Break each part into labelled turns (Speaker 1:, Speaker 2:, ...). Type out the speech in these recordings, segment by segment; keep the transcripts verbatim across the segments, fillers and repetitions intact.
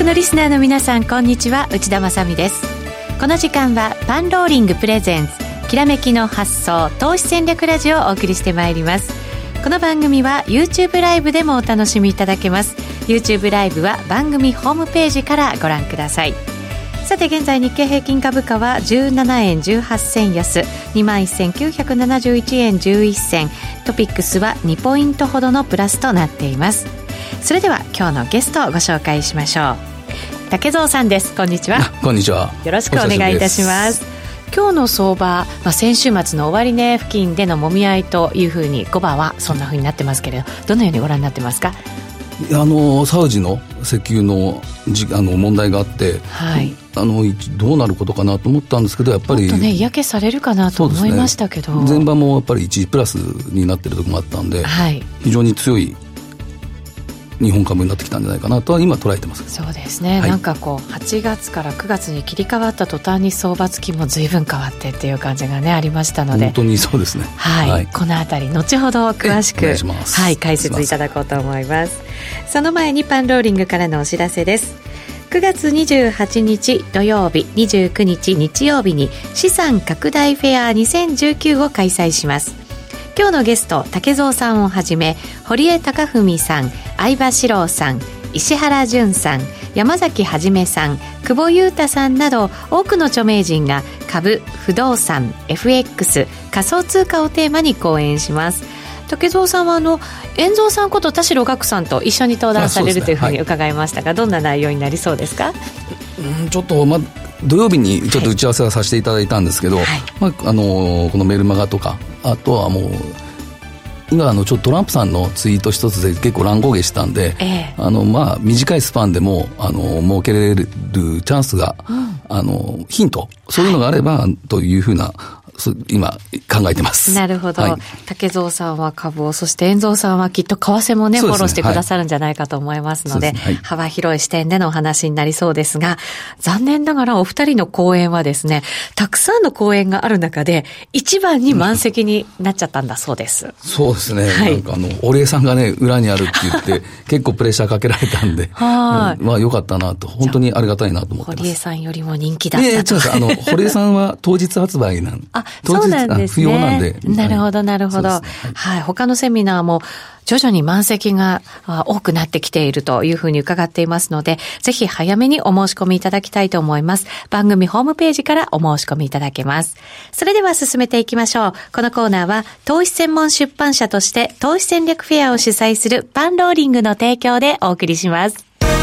Speaker 1: のリスナーの皆さん、こんにちは。内田まさみです。この時間はパンローリングプレゼンツきらめきの発想投資戦略ラジオをお送りしてまいります。この番組は YouTube ライブでもお楽しみいただけます。 YouTube ライブは番組ホームページからご覧ください。さて、現在日経平均株価はじゅうななえんじゅうはちせん安 にまんせんきゅうひゃくななじゅういちえんじゅういっせん、トピックスはにポイントほどのプラスとなっています。それでは今日のゲストをご紹介しましょう。竹蔵さんです。こんにちは。
Speaker 2: こんにちは。
Speaker 1: よろしくお願いいたします。今日の相場、まあ、先週末の終値付近でのもみ合いというふうにごばはそんなふうになってますけれど、どのようにご覧になってますか？
Speaker 2: あのサウジの石油のじあの問題があって、はい、あのどうなることかなと思ったんですけど、やっぱり
Speaker 1: もっとね嫌気されるかなと思いましたけど、
Speaker 2: ね、前場もやっぱりいちプラスになってるところもあったんで、はい、非常に強い日本株になってきたんじゃないかなとは今捉えてます。
Speaker 1: そうですね、はい、なんかこうはちがつからくがつに切り替わった途端に相場付きも随分変わってっていう感じがねありましたので、
Speaker 2: 本当にそうですね、
Speaker 1: はいはい、このあたり後ほど詳しく、
Speaker 2: はい、
Speaker 1: 解説いただこうと思います。その前にパンローリングからのお知らせです。くがつにじゅうはちにち土曜日、にじゅうくにち日曜日に資産拡大フェアにせんじゅうきゅうを開催します。今日のゲスト、竹蔵さんをはじめ堀江貴文さん、相葉史郎さん、石原淳さん、山崎はじめさん、久保優太さんなど多くの著名人が株、不動産、 エフエックス、仮想通貨をテーマに講演します。竹蔵さんはあの遠蔵さんこと田代岳さんと一緒に登壇されるというふうに伺いましたが、はい、どんな内容になりそうですか？
Speaker 2: うんちょっと、ま、土曜日にちょっと打ち合わせはさせていただいたんですけど、はい、まあ、あのこのメルマガとか、あとはもう今あのちょっとトランプさんのツイート一つで結構乱高下したんで、ええ、あのまあ短いスパンでもあの儲けられるチャンスが、うん、あのヒントそういうのがあれば、はい、というふうな今考えてます。
Speaker 1: なるほど、はい、竹蔵さんは株を、そして遠蔵さんはきっと為替もね、フォローしてくださるんじゃないかと思いますので、はい、幅広い視点でのお話になりそうですが、残念ながらお二人の講演はですね、たくさんの講演がある中で一番に満席になっちゃったんだそうです、うん、
Speaker 2: そうですね、はい、なんかあの堀江さんがね裏にあるって言って結構プレッシャーかけられたんではい、うん、まあ良かったなと、本当にありがたいなと思ってます。
Speaker 1: 堀江さんよりも人気だったと、えー、そうです。
Speaker 2: あの堀江さんは当日発売なん
Speaker 1: あそうなんですね。
Speaker 2: 不要なんで。
Speaker 1: なるほどなるほど、はい、はい、他のセミナーも徐々に満席が多くなってきているというふうに伺っていますので、ぜひ早めにお申し込みいただきたいと思います。番組ホームページからお申し込みいただけます。それでは進めていきましょう。このコーナーは投資専門出版社として投資戦略フェアを主催するパンローリングの提供でお送りします。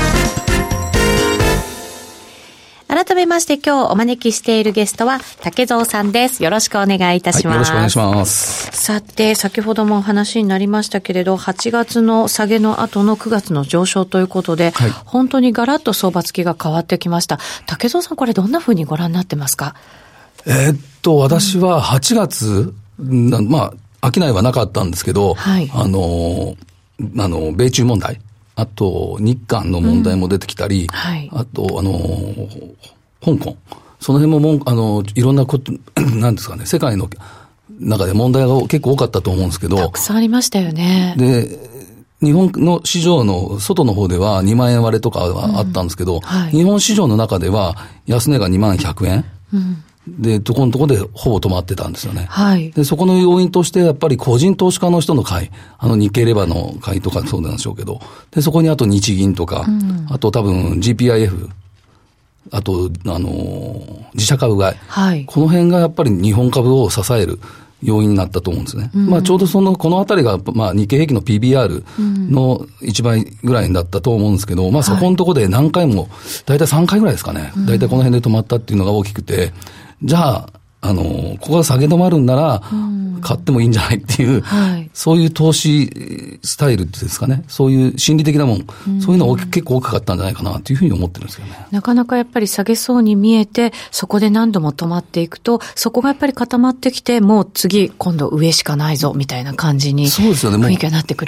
Speaker 1: 改めまして今日お招きしているゲストは竹蔵さんです。よろしくお願いいたします。はい、よろしくお願いします。さて、先ほどもお話になりましたけれど、はちがつの下げの後のくがつの上昇ということで、はい、本当にガラッと相場付きが変わってきました。竹蔵さん、これどんな風にご覧になってますか？
Speaker 2: えー、っと私ははちがつ、うん、まあ商いはなかったんですけど、はい、あのあの米中問題、あと日韓の問題も出てきたり、うん、はい、あとあの香港、その辺ももあのいろんなことなんですかね、世界の中で問題が結構多かったと思うんですけど、
Speaker 1: たくさんありましたよね。で
Speaker 2: 日本の市場の外の方ではにまんえん割れとかはあったんですけど、うん、はい、日本市場の中では安値がにまんひゃくえん、うん、でとこのところでほぼ止まってたんですよね。はい、でそこの要因としてやっぱり個人投資家の人の買い、あの日経レバの買いとかそうなんでしょうけど、でそこにあと日銀とか、うん、あと多分 ジーピーアイエフ、あとあのー、自社株買い、はい、この辺がやっぱり日本株を支える要因になったと思うんですね。うん、まあちょうどそのこのあたりがまあ日経平均の ピービーアール のいちばいぐらいだったと思うんですけど、まあそこのところで何回も、だいたいさんかいぐらいですかね、だいたいこの辺で止まったっていうのが大きくて、じゃああのここが下げ止まるんなら買ってもいいんじゃないっていう、はい、そういう投資スタイルってですかね、そういう心理的なもん、うん、そういうのが結構大きかったんじゃないかなというふうに思ってるんですよね。
Speaker 1: なかなかやっぱり下げそうに見えて、そこで何度も止まっていくと、そこがやっぱり固まってきて、もう次今度上しかないぞみたいな感じに雰囲気がなってくる。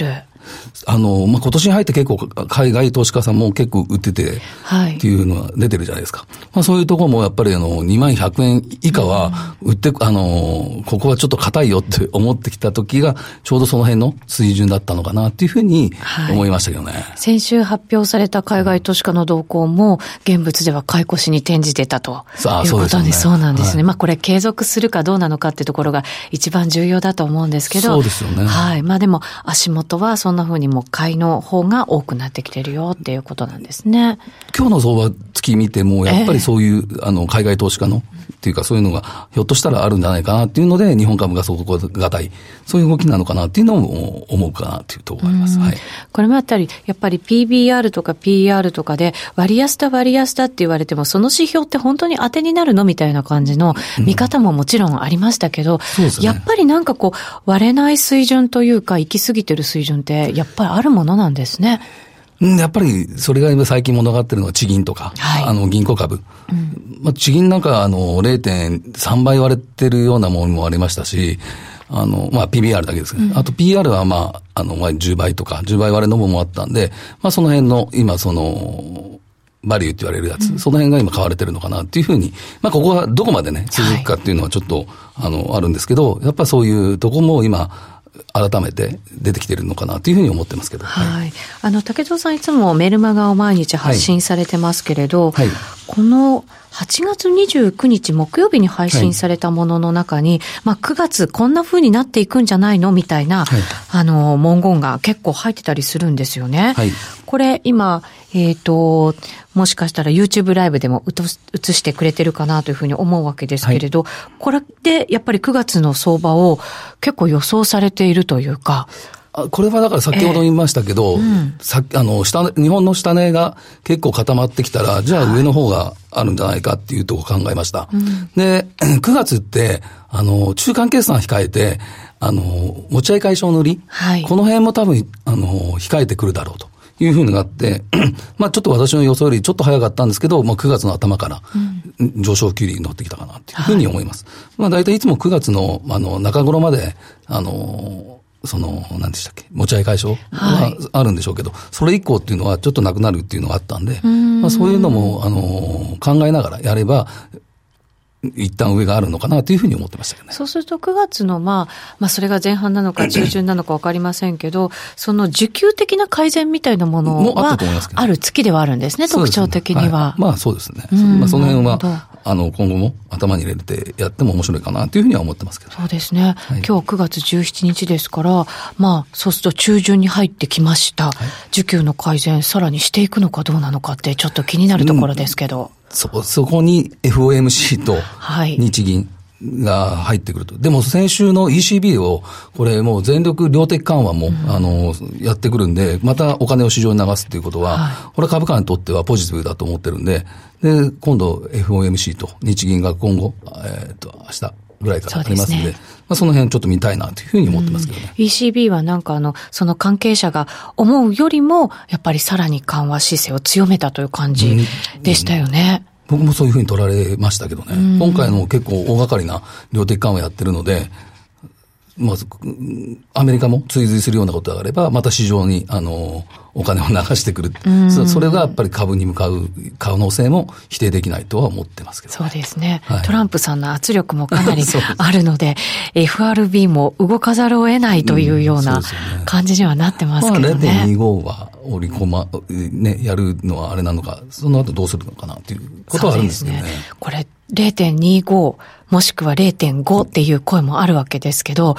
Speaker 2: あの、まあ、今年に入って結構海外投資家さんも結構売ってて、はい、っていうのは出てるじゃないですか。まあ、そういうところもやっぱりあの、にまんひゃくえん以下は売って、うん、あの、ここはちょっと硬いよって思ってきた時が、ちょうどその辺の水準だったのかなっていうふうに思いましたけどね。はい、
Speaker 1: 先週発表された海外投資家の動向も、現物では買い越しに転じてたということに、そうなんですね。はい、まあ、これ継続するかどうなのかっていうところが一番重要だと思うんですけど。
Speaker 2: そうですよね。
Speaker 1: はい。まあでも、足元はそんな風にもう買いの方が多くなってきてるよっていうことなんですね。
Speaker 2: 今日の相場月見ても、やっぱりそういう、えー、あの、海外投資家の、っていうかそういうのが、ひょっとしたらあるんじゃないかなっていうので、日本株が底堅い、そういう動きなのかなっていうのを思うかなっていうところがあります。はい。
Speaker 1: これもあったり、やっぱり ピービーアール とか ピーイーアール とかで、割安だ割安だって言われても、その指標って本当に当てになるのみたいな感じの見方ももちろんありましたけど、うんね、やっぱりなんかこう、割れない水準というか、行き過ぎてる水準って、やっぱりあるものなんですね。
Speaker 2: やっぱり、それが今最近物語ってるのは地銀とか、はい、あの、銀行株。うんまあ、地銀なんか、あの、れいてんさんばい割れてるようなものもありましたし、あの、まあ、ピービーアール だけですね。うん、あと ピーアール はまあ、あの、まあ、じゅうばいとか、じゅうばい割れのものもあったんで、まあ、その辺の、今、その、バリューって言われるやつ、うん、その辺が今買われてるのかなっていうふうに、まあ、ここはどこまでね、続くかっていうのはちょっと、はい、あの、あるんですけど、やっぱりそういうとこも今、改めて出てきてるのかなというふうに思ってますけど。
Speaker 1: はい。はい、あの、竹蔵さんいつもメルマガを毎日発信されてますけれど、はいはい、このはちがつにじゅうくにち木曜日に配信されたものの中に、はい、まあくがつこんな風になっていくんじゃないのみたいな、はい、あの、文言が結構入ってたりするんですよね。はい、これ今、えっと、もしかしたら YouTube ライブでも映してくれてるかなというふうに思うわけですけれど、はい、これでやっぱりくがつの相場を結構予想されているというか、
Speaker 2: これはだから先ほど言いましたけど、えーうん、さあの下日本の下値が結構固まってきたら、じゃあ上の方があるんじゃないかっていうところを考えました。うん、で、くがつって、あの、中間決算控えて、あの、持ち合い解消の売り、はい、この辺も多分、あの、控えてくるだろうというふうになって、まあちょっと私の予想よりちょっと早かったんですけど、まあくがつの頭から上昇気流に乗ってきたかなっていうふうに思います。はい、まあ大体いつもくがつの、あの、中頃まで、あの、その、何でしたっけ、持ち合い解消はあるんでしょうけど、はい、それ以降っていうのはちょっとなくなるっていうのがあったんで、んまあそういうのも、あの、考えながらやれば、一旦上があるのかなというふうに思ってましたけどね。
Speaker 1: そうするとくがつのまあ、まあそれが前半なのか中旬なのかわかりませんけど、その需給的な改善みたいなものはある月ではあるんですね、特徴的には。
Speaker 2: はい、まあそうですね。まあその辺は、あの、今後も頭に入れてやっても面白いかなというふうには思ってますけど。
Speaker 1: そうですね。はい、今日くがつじゅうしちにちですから、まあそうすると中旬に入ってきました。はい、需給の改善さらにしていくのかどうなのかってちょっと気になるところですけど。
Speaker 2: うんそ、そこに エフオーエムシー と日銀が入ってくると。はい、でも先週の イーシービー を、これもう全力量的緩和も、うん、あの、やってくるんで、またお金を市場に流すっていうことは、はい、これは株価にとってはポジティブだと思ってるんで、で、今度 エフオーエムシー と日銀が今後、えっと、明日、ぐらいからありますので、まあ、その辺ちょっと見たいなというふうに思ってますけどね。
Speaker 1: うん、イーシービー はなんかあの、その関係者が思うよりも、やっぱりさらに緩和姿勢を強めたという感じでしたよね。
Speaker 2: うんうん、僕もそういうふうに取られましたけどね。うん、今回の結構大掛かりな量的緩和やってるので、まず、アメリカも追随するようなことがあれば、また市場に、あの、お金を流してくる。そ, それがやっぱり株に向かう可能性も否定できないとは思ってますけど、ね。
Speaker 1: そうですね、はい。トランプさんの圧力もかなりあるので、エフアールビー も動かざるを得ないというような感じにはなってますけどね。
Speaker 2: まあ、ゼロてんにご は織り込ま、ね、やるのはあれなのか、その後どうするのかなということはあるんですけどね。そうですね。
Speaker 1: これ ゼロてんにご もしくは ゼロてんご っていう声もあるわけですけど、はい、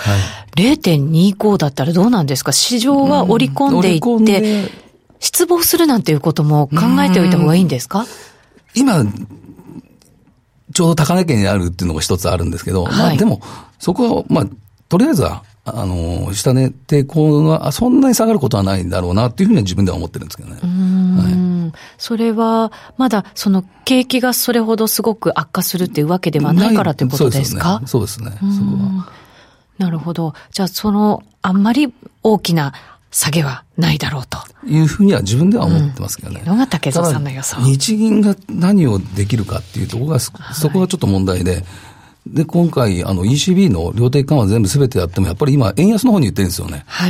Speaker 1: ゼロてんにご だったらどうなんですか？市場は織り込んでいって、うん、失望するなんていうことも考えておいた方がいいんですか？
Speaker 2: 今、ちょうど高値圏にあるっていうのが一つあるんですけど、はい、まあでも、そこは、まあ、とりあえずは、あの、下値抵抗がそんなに下がることはないんだろうなっていうふうには自分では思ってるんですけどね。
Speaker 1: うーん、はい、それは、まだその景気がそれほどすごく悪化するっていうわけではないからということですか？
Speaker 2: そうですね。そうですね。そこは。
Speaker 1: なるほど。じゃあ、その、あんまり大きな下げはないだろうと。
Speaker 2: いうふうには自分では思ってますけどね。
Speaker 1: うん、のが竹蔵さんの予想。
Speaker 2: 日銀が何をできるかっていうところが、はい、そこがちょっと問題で、で、今回、あの、イーシービー の量的緩和全部全てやっても、やっぱり今、円安の方に言ってるんですよね。
Speaker 1: はい。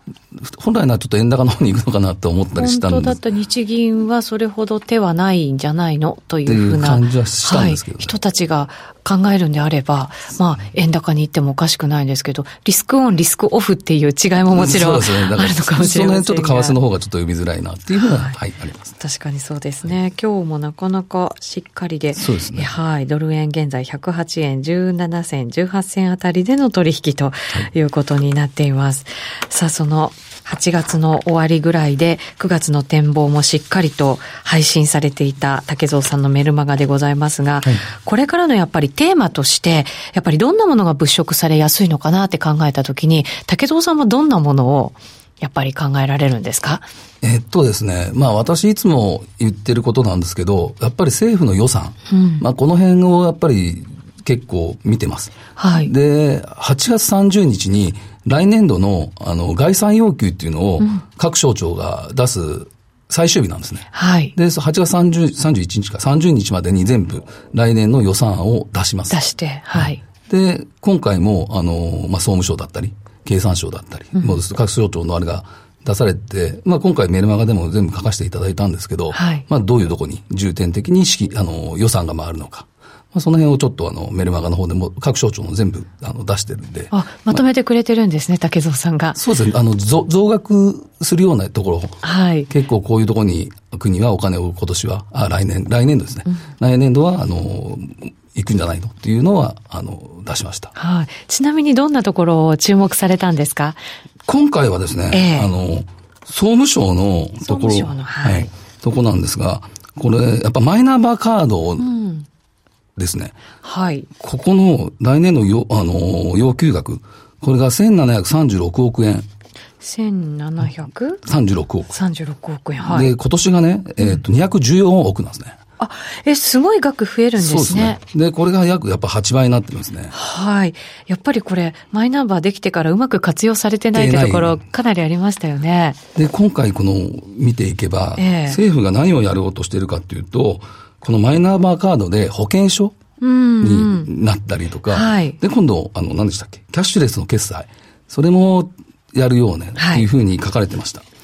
Speaker 2: 本来ならちょっと円高の方に行くのかなと思ったりしたんです。
Speaker 1: 本当だった日銀はそれほど手はないんじゃないのというふうな
Speaker 2: 感じはしたんですけど、ね、
Speaker 1: はい、人たちが考えるんであれば、まあ円高に行ってもおかしくないんですけど、リスクオンリスクオフっていう違いももちろんあるのかもしれませんが、その
Speaker 2: 辺ちょっと為替の方がちょっと読みづらいなっていうのは、はい、はい、あります、ね。確
Speaker 1: かにそうですね。今日もなかなかしっかりで、
Speaker 2: そうですね。
Speaker 1: はい、ドル円現在ひゃくはちえんじゅうななせん、じゅうはっせんあたりでの取引ということになっています。はい、さあそのはちがつの終わりぐらいでくがつの展望もしっかりと配信されていた竹蔵さんのメルマガでございますが、はい、これからのやっぱりテーマとしてやっぱりどんなものが物色されやすいのかなって考えたときに、竹蔵さんはどんなものをやっぱり考えられるんですか？
Speaker 2: えっとですね、まあ私いつも言ってることなんですけど、やっぱり政府の予算、うん、まあこの辺をやっぱり結構見てます。はい。で、はちがつさんじゅうにちに来年度のあの概算要求っていうのを各省庁が出す最終日なんですね。はい。で、はちがつさんじゅう、さんじゅういちにちかさんじゅうにちまでに全部来年の予算案を出します。
Speaker 1: 出して、はい。
Speaker 2: で、今回もあの、まあ、総務省だったり、経産省だったり、うん、もう各省庁のあれが出されて、まあ今回メルマガでも全部書かせていただいたんですけど、はい。まあどういうとこに重点的に資金、あの、予算が回るのか。まあ、その辺をちょっとあのメルマガの方でも各省庁も全部あの出してるんで。
Speaker 1: あ、まとめてくれてるんですね、まあ、竹蔵さんが。
Speaker 2: そうですね。あの、増額するようなところ。はい。結構こういうところに国はお金を今年は、あ、来年、来年度ですね。うん、来年度は、あの、行くんじゃないのっていうのは、あの、出しました。
Speaker 1: はい。ちなみにどんなところを注目されたんですか？
Speaker 2: 今回はですね、えー、あの、総務省のところ、総務省の、はい、はい。とこなんですが、これ、やっぱマイナンバーカードを、うんですね。はい。ここの来年のよ、あの、要求額、これがせんななひゃくさんじゅうろくおくえん。
Speaker 1: せんななひゃく
Speaker 2: さんじゅうろくおく。
Speaker 1: さんじゅうろくおくえん。はい。
Speaker 2: で、今年がね、えー、っと、にひゃくじゅうよんおくなんですね。
Speaker 1: あ、え、すごい額増えるんですね。そうですね。
Speaker 2: で、これが約やっぱはちばいになってますね。
Speaker 1: はい。やっぱりこれ、マイナンバーできてからうまく活用されてないってところ、かなりありましたよね。
Speaker 2: で、今回この、見ていけば、えー、政府が何をやろうとしているかっていうと、このマイナンバーカードで保険証になったりとか、うんうん、はい、で、今度、あの、何でしたっけ、キャッシュレスの決済、それもやるようね、っていうふうに書かれてました。はい、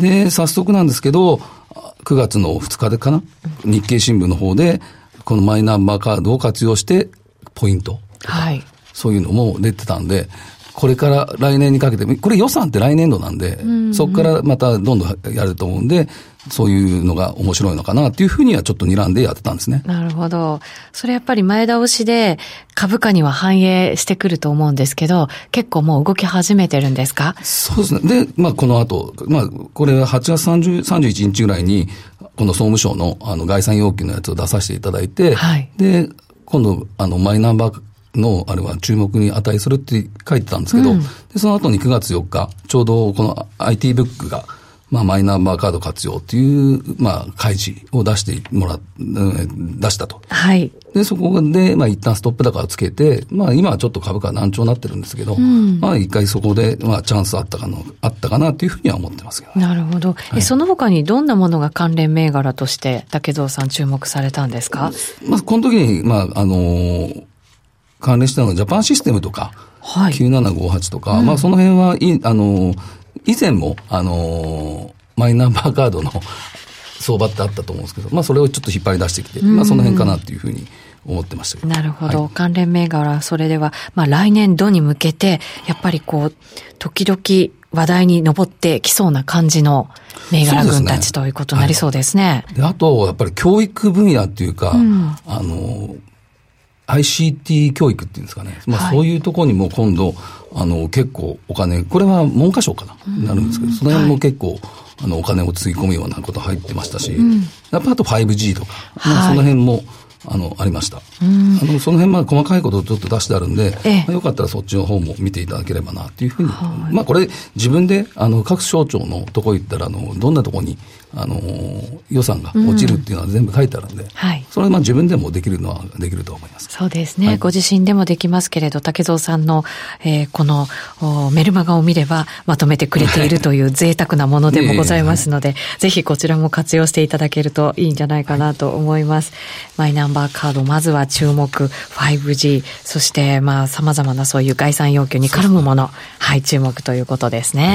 Speaker 2: で、早速なんですけど、くがつのふつかでかな、日経新聞の方で、このマイナンバーカードを活用して、ポイントとか、はい、そういうのも出てたんで、これから来年にかけて、これ予算って来年度なんで、うんうん、そこからまたどんどんやると思うんで、そういうのが面白いのかなっていうふうにはちょっと睨んでやってたんですね。
Speaker 1: なるほど。それやっぱり前倒しで株価には反映してくると思うんですけど、結構もう動き始めてるんですか？
Speaker 2: そうですね。で、まあこの後、まあこれははちがつさんじゅう、さんじゅういちにちぐらいに、この総務省のあの概算要求のやつを出させていただいて、はい、で、今度あのマイナンバーのあれは注目に値するって書いてたんですけど、うん、でその後にくがつよっか、ちょうどこの アイティー ブックが、まあ、マイナンバーカード活用っていう、まあ、開示を出してもらっ、出したと。はい。で、そこで、まあ、一旦ストップ高をつけて、まあ、今はちょっと株価難聴になってるんですけど、うん、まあ、一回そこで、まあ、チャンスあったかな、あったかなっていうふうには思ってますけど、ね。
Speaker 1: なるほど。はい、え、その他にどんなものが関連銘柄として、竹蔵さん注目されたんですか？
Speaker 2: まあ、この時に、まあ、あのー、関連したのがジャパンシステムとか、はい、きゅうななごはちとか、うん、まあ、その辺は、い、あのー、以前も、あのー、マイナンバーカードの相場ってあったと思うんですけど、まあそれをちょっと引っ張り出してきて、まあその辺かなっていうふうに思ってましたけど。
Speaker 1: なるほど。はい、関連銘柄、それでは、まあ来年度に向けて、やっぱりこう、時々話題に上ってきそうな感じの銘柄群たちということになりそうですね。
Speaker 2: はい、で、あと、やっぱり教育分野っていうか、うん、あの、アイシーティー 教育っていうんですかね。まあそういうところにも今度、あの、結構お金、これは文科省かな、なるんですけど、その辺も結構、はい、あの、お金をつぎ込むようなこと入ってましたし、うん、やっぱあと ファイブジー とか、まあ、その辺も、あの、ありました。うん、あの、その辺まで細かいことをちょっと出してあるんで、ええ、まあ、よかったらそっちの方も見ていただければな、っていうふうに。はい、まあこれ、自分で、あの、各省庁のとこ行ったら、あの、どんなとこに、あの、予算が落ちるっていうのは全部書いてあるんで、うん、はい。それはまあ自分でもできるのはできると思います。
Speaker 1: そうですね。はい、ご自身でもできますけれど、竹蔵さんの、えー、このメルマガを見ればまとめてくれているという贅沢なものでもございますので、ぜひこちらも活用していただけるといいんじゃないかなと思います。はい、マイナンバーカード、まずは注目、ファイブジー、そしてまあ様々なそういう概算要求に絡むもの、はい、注目ということですね。はい。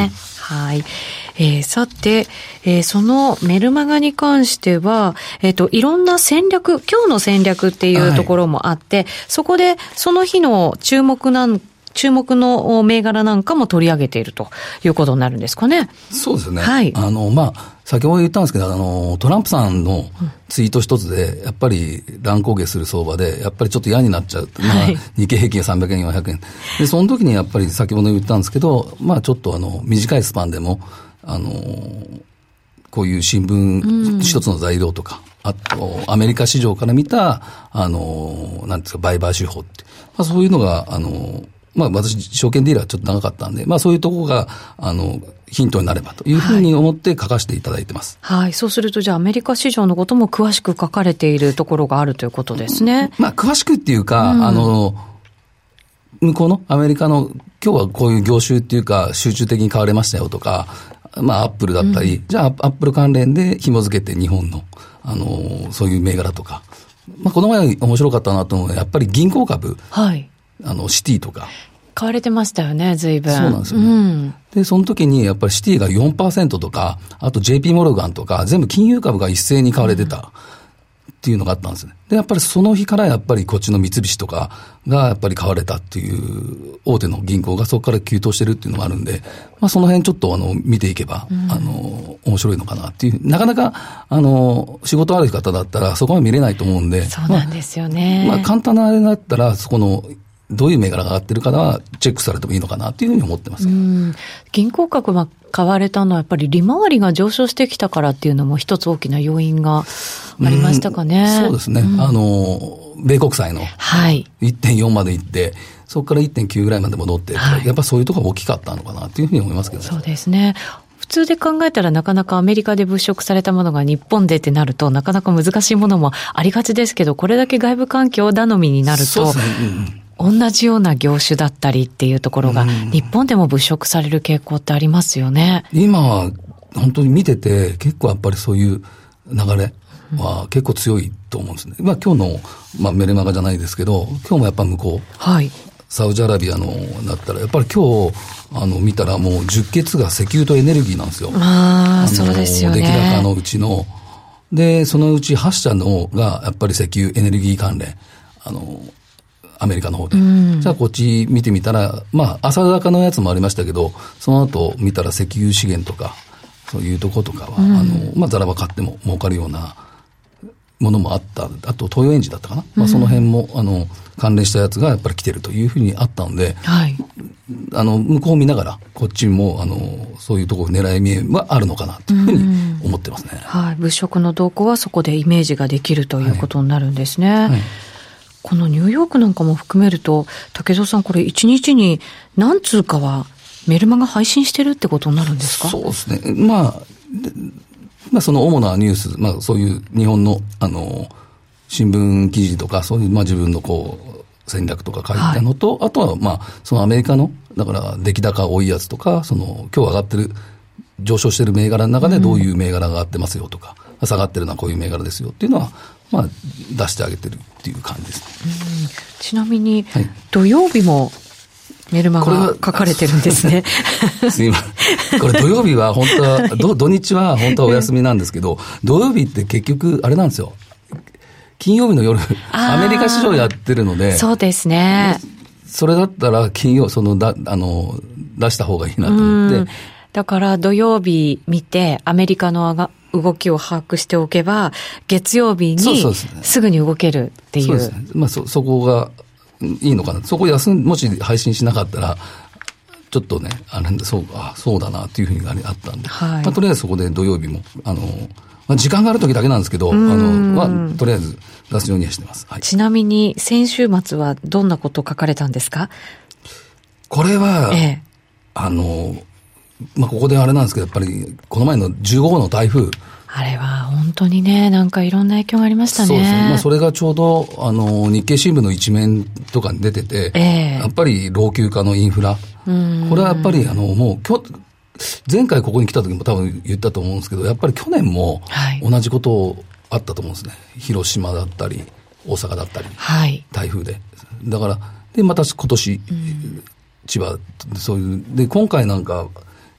Speaker 1: はい。えー、さて、えー、そのメルマガに関しては、えっと、いろんな戦略、今日の戦略っていうところもあって、はい、そこでその日の注目なん注目の銘柄なんかも取り上げているということになるんですかね。
Speaker 2: そうですね。
Speaker 1: はい。
Speaker 2: あの、まあ、先ほど言ったんですけど、あの、トランプさんのツイート一つで、やっぱり乱高下する相場で、やっぱりちょっと嫌になっちゃう。まあ、はい、日経平均がさんびゃくえん、よんひゃくえん。で、その時にやっぱり先ほど言ったんですけど、まあ、ちょっとあの、短いスパンでも、あの、こういう新聞一つの材料とか、うん、あと、アメリカ市場から見た、あの、なんですか、売買手法って。まあ、そういうのが、あの、まあ私、証券ディーラーちょっと長かったんで、まあそういうところが、あの、ヒントになればというふうに思って書かせていただいてます。
Speaker 1: はい。はい、そうすると、じゃあアメリカ市場のことも詳しく書かれているところがあるということですね。
Speaker 2: まあ詳しくっていうか、うん、あの、向こうのアメリカの、今日はこういう業種っていうか、集中的に買われましたよとか、まあアップルだったり、うん、じゃあアップル関連で紐付けて日本の、あの、そういう銘柄とか。まあこの前面白かったなと思うのは、やっぱり銀行株。はい。あの、シティとか。
Speaker 1: 買われてましたよね、随分。
Speaker 2: そうなんですよね。うん、で、その時にやっぱりシティが よんパーセント とか、あと ジェイピー モルガンとか、全部金融株が一斉に買われてたっていうのがあったんですね。で、やっぱりその日からやっぱりこっちの三菱とかがやっぱり買われたっていう大手の銀行がそこから急騰してるっていうのがあるんで、まあその辺ちょっとあの見ていけば、うん、あの、面白いのかなっていう。なかなか、あの、仕事ある方だったらそこは見れないと思うんで。
Speaker 1: そうなんですよね。
Speaker 2: まあ、まあ簡単なあれだったら、そこの、どういう銘柄が上がってるかはチェックされてもいいのかなというふうに思ってます。うん、
Speaker 1: 銀行株が買われたのはやっぱり利回りが上昇してきたからっていうのも一つ大きな要因がありましたかね。
Speaker 2: うん、そうですね。うん、あの、米国債の いってんよん まで行って、はい、そこから いってんきゅう ぐらいまで戻って、はい、やっぱそういうところが大きかったのかなというふうに思いますけどね。
Speaker 1: そうですね。普通で考えたらなかなかアメリカで物色されたものが日本でってなるとなかなか難しいものもありがちですけど、これだけ外部環境頼みになると、そうですね。うん、同じような業種だったりっていうところが、日本でも物色される傾向ってありますよね。
Speaker 2: 今は本当に見てて結構やっぱりそういう流れは結構強いと思うんですね。まあ今日の、まあ、メルマガじゃないですけど、今日もやっぱ向こう、はい、サウジアラビアのだったらやっぱり今日あの見たらもうじゅっ欠が石油とエネルギーなんですよ。
Speaker 1: ああ、そうですよね。
Speaker 2: 出来高のうちのでそのうちはち社のがやっぱり石油エネルギー関連、あのアメリカの方で。うん、じゃあこっち見てみたら、まあ、朝高のやつもありましたけど、その後見たら石油資源とか、そういうとことかは、うん、あの、まあ、ザラバ買っても儲かるようなものもあった。あと、東洋エンジンだったかな。うん、まあ、その辺も、あの、関連したやつがやっぱり来てるというふうにあったので、はい、あの、向こう見ながら、こっちも、あの、そういうところ狙い目はあるのかなというふうに思ってますね。
Speaker 1: うん、はい。物色の動向はそこでイメージができるということになるんですね。はいはい、このニューヨークなんかも含めると、竹蔵さんこれ一日に何通かはメルマガ配信してるってことになるんですか？
Speaker 2: そうですね。まあ、まあその主なニュース、まあそういう日本のあの、新聞記事とか、そういうまあ自分のこう、戦略とか書いたのと、はい、あとはまあ、そのアメリカの、だから出来高多いやつとか、その今日上がってる、上昇してる銘柄の中でどういう銘柄が上がってますよとか、うん、下がってるのはこういう銘柄ですよっていうのは、まあ、出してあげてるっていう感じですね。
Speaker 1: うん、ちなみに、はい、土曜日もメルマガ書かれてるんですね。
Speaker 2: すいません。これ土曜日は本当は、土日は本当はお休みなんですけど、土曜日って結局あれなんですよ。金曜日の夜、アメリカ市場やってるので。
Speaker 1: そうですね。
Speaker 2: それだったら金曜、そのだ、あの、出した方がいいなと思って。
Speaker 1: だから土曜日見て、アメリカのが動きを把握しておけば、月曜日にすぐに動けるっていう。
Speaker 2: そうですね。まあそ、そこがいいのかな。そこ休ん、もし配信しなかったら、ちょっとね、あれそう、あ、そうだなっていうふうにあったんで。はい。まあ、とりあえずそこで土曜日も、あの、まあ、時間がある時だけなんですけど、あの、まあ、とりあえず出すようにはしてます。はい、
Speaker 1: ちなみに、先週末はどんなことを書かれたんですか？
Speaker 2: これは、ええ、あの、まあ、ここであれなんですけど、やっぱり、この前のじゅうごごうの台風。
Speaker 1: あれは本当にね、なんかいろんな影響がありましたね。
Speaker 2: そうですね。まあ、それがちょうど、あの、日経新聞の一面とかに出てて、ええ、やっぱり老朽化のインフラ。これはやっぱり、あの、もう、今日、前回ここに来た時も多分言ったと思うんですけど、やっぱり去年も同じことあったと思うんですね。はい、広島だったり、大阪だったり、はい、台風で。だから、で、また今年、うん、千葉、そういう、で、今回なんか、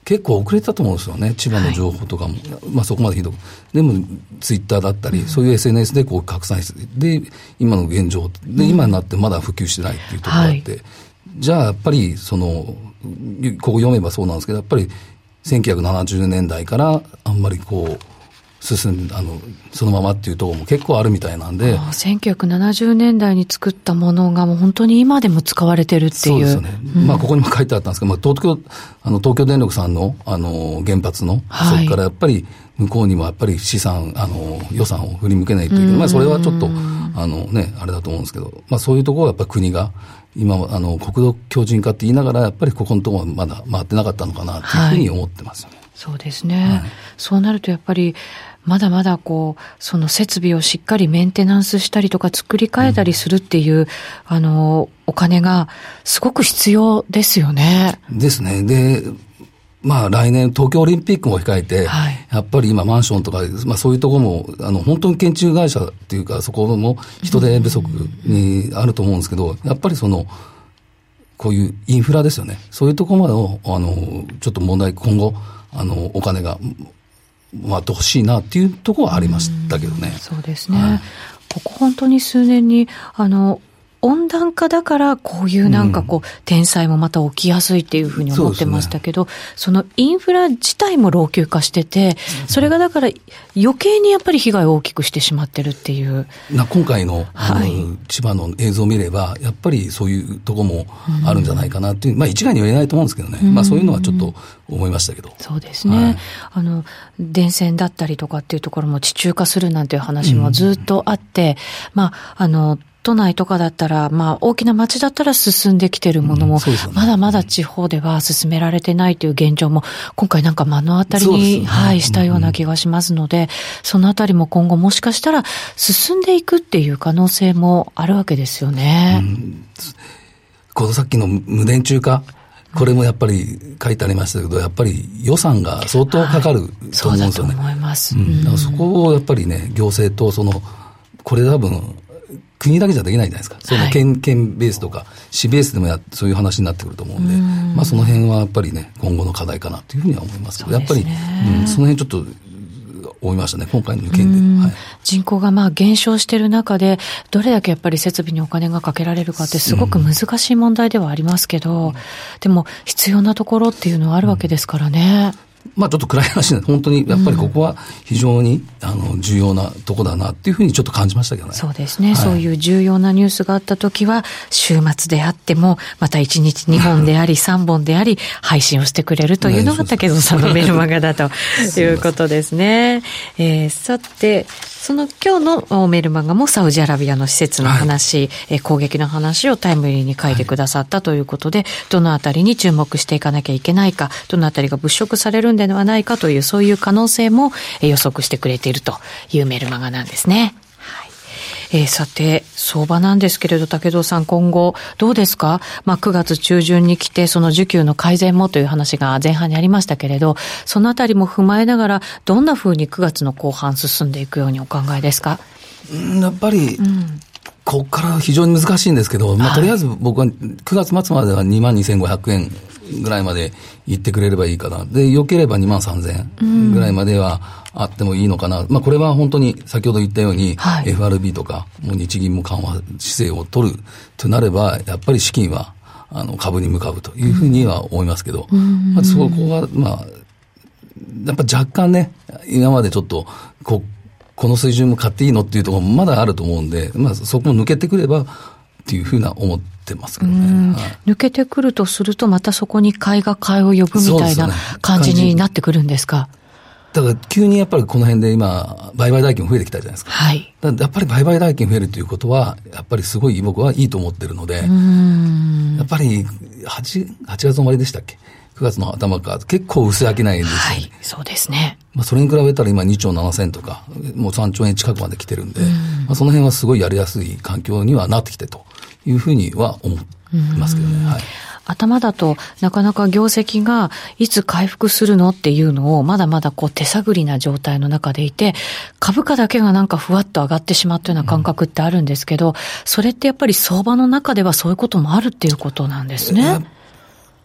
Speaker 2: 結構遅れたと思うんですよね。千葉の情報とかも、はい、まあそこまでひどく。でもツイッターだったり、うん、そういう エスエヌエス でこう拡散して、で今の現状で、今になってまだ普及してないっていうところがあって、はい、じゃあやっぱりそのここ読めばそうなんですけど、やっぱりせんきゅうひゃくななじゅうねんだいからあんまりこう進んあのそのままっていうところも結構あるみたいなんで、
Speaker 1: せんきゅうひゃくななじゅうねんだいに作ったものがもう本当に今でも使われてるっていう。
Speaker 2: そうですよね、うん、まあここにも書いてあったんですけど、まあ、東京あの東京電力さんのあの原発の、はい、そこからやっぱり向こうにもやっぱり資産あの予算を振り向けないという、まあそれはちょっとあのねあれだと思うんですけど、まあそういうところはやっぱり国が今あの国土強靭化って言いながらやっぱりここのところはまだ回ってなかったのかなというふうに思ってますよね。
Speaker 1: はい、そうですね、はい、そうなるとやっぱりまだまだこうその設備をしっかりメンテナンスしたりとか作り変えたりするっていう、うん、あのお金がすごく必要ですよね。
Speaker 2: ですね。でまあ来年東京オリンピックも控えて、はい、やっぱり今マンションとか、まあそういうところも、あの本当に建築会社っていうかそこも人手不足にあると思うんですけど、うん、やっぱりその、こういうインフラですよね。そういうところまでの、あの、ちょっと問題、今後、あの、お金が回ってほしいなっていうところはありましたけどね。
Speaker 1: うん、そうですね。はい、ここ本当に数年に、あの、温暖化だからこういうなんかこう、うん、天災もまた起きやすいっていうふうに思ってましたけど、 そ, ね、そのインフラ自体も老朽化してて、それがだから余計にやっぱり被害を大きくしてしまってるっていう。
Speaker 2: な今回 の, あの、はい、千葉の映像を見ればやっぱりそういうとこもあるんじゃないかなっていう、うん、まあ一概には言えないと思うんですけどね、うん、まあそういうのはちょっと思いましたけど。
Speaker 1: そうですね、はい、あの電線だったりとかっていうところも地中化するなんていう話もずっとあって、うん、まああの都内とかだったら、まあ大きな街だったら進んできてるものも、うんね、まだまだ地方では進められてないという現状も、今回なんか目の当たりに、ね、はい、したような気がしますので、うん、そのあたりも今後もしかしたら進んでいくっていう可能性もあるわけですよね。うん、
Speaker 2: このさっきの無電柱化、これもやっぱり書いてありましたけど、やっぱり予算が相当かかると思うんですよね。はい、そうだと思います。うん、だからそこをやっぱりね、行政とその、これ多分、国だけじゃできないじゃないですか。その県、はい、県ベースとか市ベースでもやそういう話になってくると思うんで、うんまあその辺はやっぱりね今後の課題かなというふうには思いますけど、やっぱり、うん、その辺ちょっと思いましたね今回の件で、はい、
Speaker 1: 人口がまあ減少している中でどれだけやっぱり設備にお金がかけられるかってすごく難しい問題ではありますけど、うん、でも必要なところっていうのはあるわけですからね。うん
Speaker 2: まあちょっと暗い話で本当にやっぱりここは非常に、うん、あの重要なとこだなっていうふうにちょっと感じましたけどね。
Speaker 1: そうですね、はい、そういう重要なニュースがあったときは週末であってもまたいちにちにほんでありさんぼんであり配信をしてくれるというのが竹蔵さんのメルマガだということですね。えー、さてその今日のメルマガもサウジアラビアの施設の話、はい、攻撃の話をタイムリーに書いてくださったということで、はい、どのあたりに注目していかなきゃいけないか、どのあたりが物色されるんではないかというそういう可能性も予測してくれているというメルマガなんですね。はいえー、さて相場なんですけれど竹蔵さん今後どうですか。まあ、くがつ中旬に来てその需給の改善もという話が前半にありましたけれど、そのあたりも踏まえながらどんな風にくがつの後半進んでいくようにお考えですか。
Speaker 2: うんやっぱり、うんここから非常に難しいんですけど、まあ、とりあえず僕はくがつ末まではにまんにせんごひゃくえんぐらいまで行ってくれればいいかな。で、良ければにまんさんぜんえんぐらいまではあってもいいのかな。うん、まあ、これは本当に先ほど言ったように、はい、エフアールビー とか、もう日銀も緩和姿勢を取るとなれば、やっぱり資金は、あの、株に向かうというふうには思いますけど、うん、まあ、そこは、まあ、やっぱ若干ね、今までちょっと、こう、この水準も買っていいのっていうところもまだあると思うんで、まあそこも抜けてくればっていうふうな思ってますけどね。はい、抜
Speaker 1: けてくるとするとまたそこに買いが買いを呼ぶみたいな感じになってくるんですか。
Speaker 2: だから急にやっぱりこの辺で今売買代金も増えてきたじゃないですか。はい。だからやっぱり売買代金増えるということはやっぱりすごい僕はいいと思ってるので、うーんやっぱり 8, 8月の終わりでしたっけ。くがつの頭か結構薄商いですよね。
Speaker 1: はい、そうですね。
Speaker 2: まあそれに比べたら今にちょうななせんとかもうさんちょうえん近くまで来てるんで、うんまあ、その辺はすごいやりやすい環境にはなってきてというふうには思いますけどね。はい。
Speaker 1: 頭だとなかなか業績がいつ回復するのっていうのをまだまだこう手探りな状態の中でいて、株価だけがなんかふわっと上がってしまったような感覚ってあるんですけど、うん、それってやっぱり相場の中ではそういうこともあるっていうことなんですね。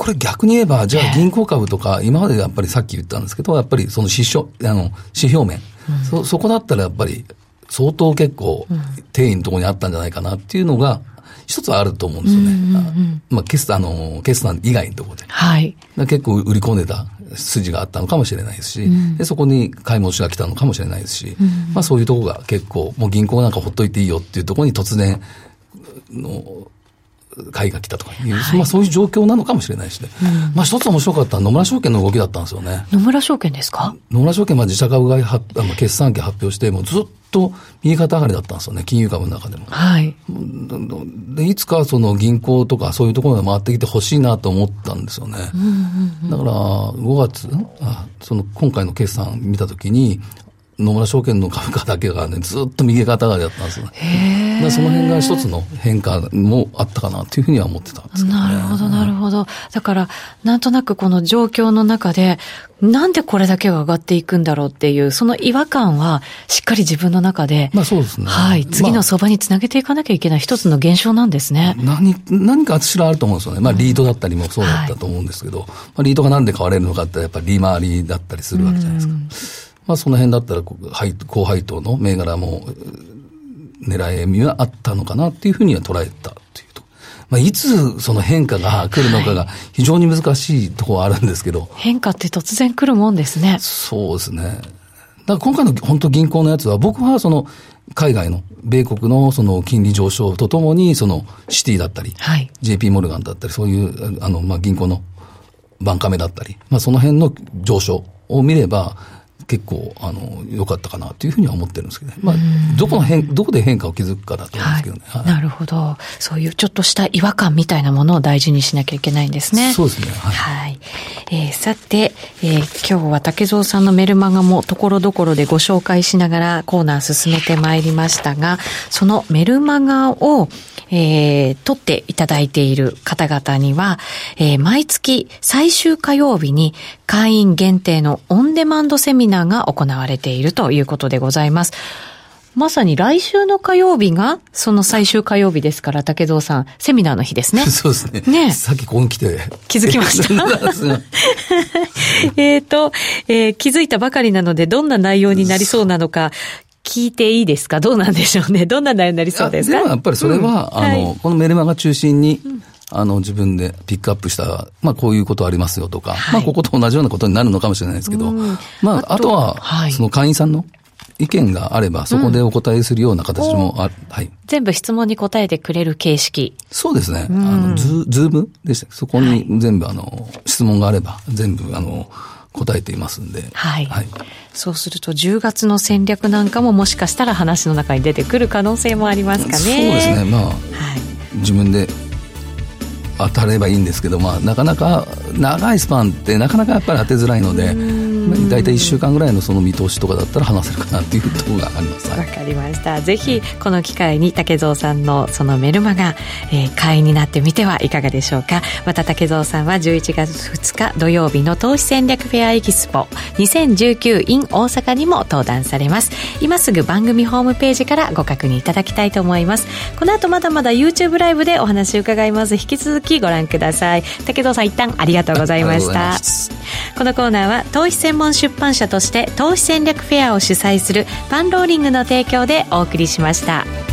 Speaker 2: これ逆に言えば、じゃあ銀行株とか、今までやっぱりさっき言ったんですけど、やっぱりその指標、あの、指標面、うん、そ、そこだったらやっぱり相当結構、定位のところにあったんじゃないかなっていうのが、一つはあると思うんですよね。うんうんうん、まあ、決算、あの、決算以外のところで。
Speaker 1: はい。
Speaker 2: 結構売り込んでた筋があったのかもしれないですし、うん、でそこに買い戻しが来たのかもしれないですし、うん、まあそういうところが結構、もう銀行なんかほっといていいよっていうところに突然の、買いが来たとかいう、はい、まあそういう状況なのかもしれないしね。うん、まあ一つ面白かったのは野村証券の動きだったんですよね。
Speaker 1: 野村証券ですか？
Speaker 2: 野村証券は自社株買い発、あの決算期発表して、もうずっと右肩上がりだったんですよね。金融株の中でも。
Speaker 1: はい。
Speaker 2: で、いつかその銀行とかそういうところが回ってきてほしいなと思ったんですよね。うんうんうん、だからごがつ、あその今回の決算見たときに、野村証券の株価だけがね、ずっと右肩上がりだったんですよね。へー。その辺が一つの変化もあったかなというふうには思ってたんですけどね。
Speaker 1: なるほど、なるほど。だから、なんとなくこの状況の中で、なんでこれだけが上がっていくんだろうっていう、その違和感はしっかり自分の中で、
Speaker 2: まあそうですね。
Speaker 1: はい。次の相場につなげていかなきゃいけない一つの現象なんですね。
Speaker 2: まあ、何、何かしらあると思うんですよね。まあリードだったりもそうだったと思うんですけど、はい、まあリードがなんで買われるのかってやっぱり利回りだったりするわけじゃないですか。まあその辺だったら高配当の銘柄も狙い目はあったのかなっていうふうには捉えたというと。まあいつその変化が来るのかが非常に難しいところはあるんですけど。
Speaker 1: 変化って突然来るもんですね。
Speaker 2: そうですね。だから今回の本当銀行のやつは僕はその海外の米国のその金利上昇とともにそのシティだったり、はい、ジェイピー モルガンだったりそういうあのまあ銀行のバンカメだったり、まあその辺の上昇を見れば結構、あの、良かったかなというふうには思ってるんですけどね。まあ、どこの変、どこで変化を築くかだと思うんですけどね。
Speaker 1: はいはい、なるほど。そういうちょっとした違和感みたいなものを大事にしなきゃいけないんですね。
Speaker 2: そうですね。はい。
Speaker 1: はい、えー、さて、えー、今日は竹蔵さんのメルマガもところどころでご紹介しながらコーナー進めてまいりましたが、そのメルマガをえー、取っていただいている方々には、えー、毎月最終火曜日に会員限定のオンデマンドセミナーが行われているということでございます。まさに来週の火曜日がその最終火曜日ですから、竹蔵さん、セミナーの日ですね。
Speaker 2: そうですね。ね。さっきここに来て。
Speaker 1: 気づきました。えっと、えー、気づいたばかりなので、どんな内容になりそうなのか、聞いていいですか？どうなんでしょうね。どんな内容になりそうですか？
Speaker 2: でもやっぱりそれは、うん、あの、はい、このメルマガ中心に、うん、あの、自分でピックアップした、まあ、こういうことありますよとか、はい、まあ、ここと同じようなことになるのかもしれないですけど、うん、まあ、あと、あとは、はい、その会員さんの意見があれば、そこでお答えするような形もあ、うん、はい。
Speaker 1: 全部質問に答えてくれる形式。
Speaker 2: そうですね。うん、あの、ズ、ズームでした。そこに全部、あの、質問があれば、全部、あの、答えていますんで、
Speaker 1: はい。はい。そうするとじゅうがつの戦略なんかももしかしたら話の中に出てくる可能性もありますかね。そう
Speaker 2: ですね。まあ、はい、自分で当たればいいんですけど、まあ、なかなか長いスパンってなかなかやっぱり当てづらいので、だいたいいっしゅうかんぐらいのその見通しとかだったら話せるかなっていうところがあります。
Speaker 1: わ、はい、かりました。ぜひこの機会に竹蔵さんのそのメルマガ、えー、会員になってみてはいかがでしょうか。また竹蔵さんはじゅういちがつふつか土曜日の投資戦略フェアエキスポにせんじゅうきゅう in 大阪にも登壇されます。今すぐ番組ホームページからご確認いただきたいと思います。この後まだまだ YouTube ライブでお話を伺います。引き続きご覧ください。竹蔵さん、一旦ありがとうございました。このコーナーは投資専門出版社として投資戦略フェアを主催するパンローリングの提供でお送りしました。